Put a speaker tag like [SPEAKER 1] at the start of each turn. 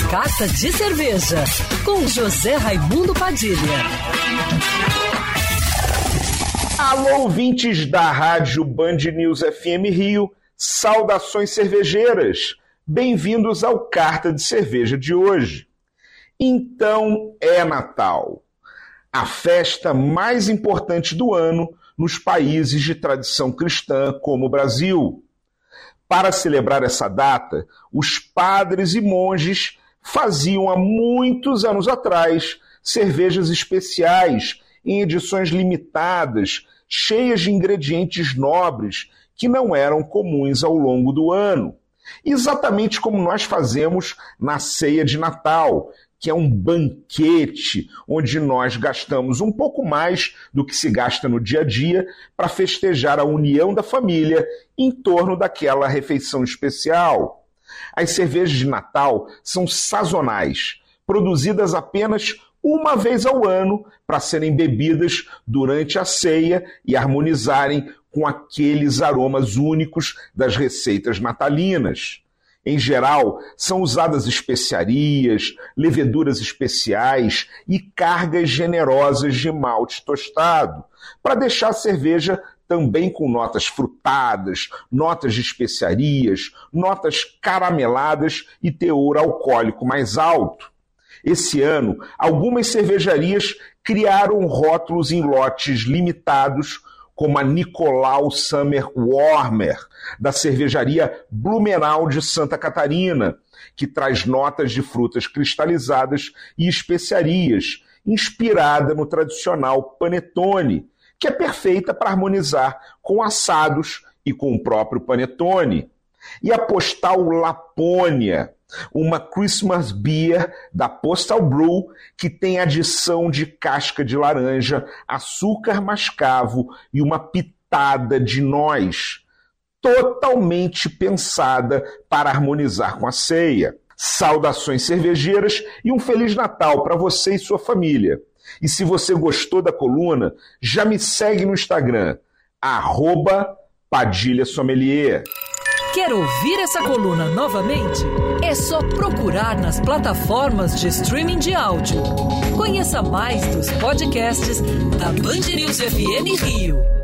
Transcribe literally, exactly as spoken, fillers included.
[SPEAKER 1] Carta de Cerveja, com José Raimundo Padilha.
[SPEAKER 2] Alô, ouvintes da Rádio Band News F M Rio, saudações cervejeiras. Bem-vindos ao Carta de Cerveja de hoje. Então é Natal, a festa mais importante do ano nos países de tradição cristã como o Brasil. Para celebrar essa data, os padres e monges faziam há muitos anos atrás cervejas especiais em edições limitadas, cheias de ingredientes nobres que não eram comuns ao longo do ano. Exatamente como nós fazemos na ceia de Natal, que é um banquete onde nós gastamos um pouco mais do que se gasta no dia a dia para festejar a união da família em torno daquela refeição especial. As cervejas de Natal são sazonais, produzidas apenas uma vez ao ano para serem bebidas durante a ceia e harmonizarem com aqueles aromas únicos das receitas natalinas. Em geral, são usadas especiarias, leveduras especiais e cargas generosas de malte tostado, para deixar a cerveja também com notas frutadas, notas de especiarias, notas carameladas e teor alcoólico mais alto. Esse ano, algumas cervejarias criaram rótulos em lotes limitados, como a Nicolau Summer Warmer, da cervejaria Blumenau de Santa Catarina, que traz notas de frutas cristalizadas e especiarias, inspirada no tradicional panetone, que é perfeita para harmonizar com assados e com o próprio panetone. E a Postal Lapônia, uma Christmas Beer da Postal Brew, que tem adição de casca de laranja, açúcar mascavo e uma pitada de noz, totalmente pensada para harmonizar com a ceia. Saudações cervejeiras e um Feliz Natal para você e sua família. E se você gostou da coluna, já me segue no Instagram, arroba Padilha Sommelier.
[SPEAKER 1] Quer ouvir essa coluna novamente? É só procurar nas plataformas de streaming de áudio. Conheça mais dos podcasts da Band News F M Rio.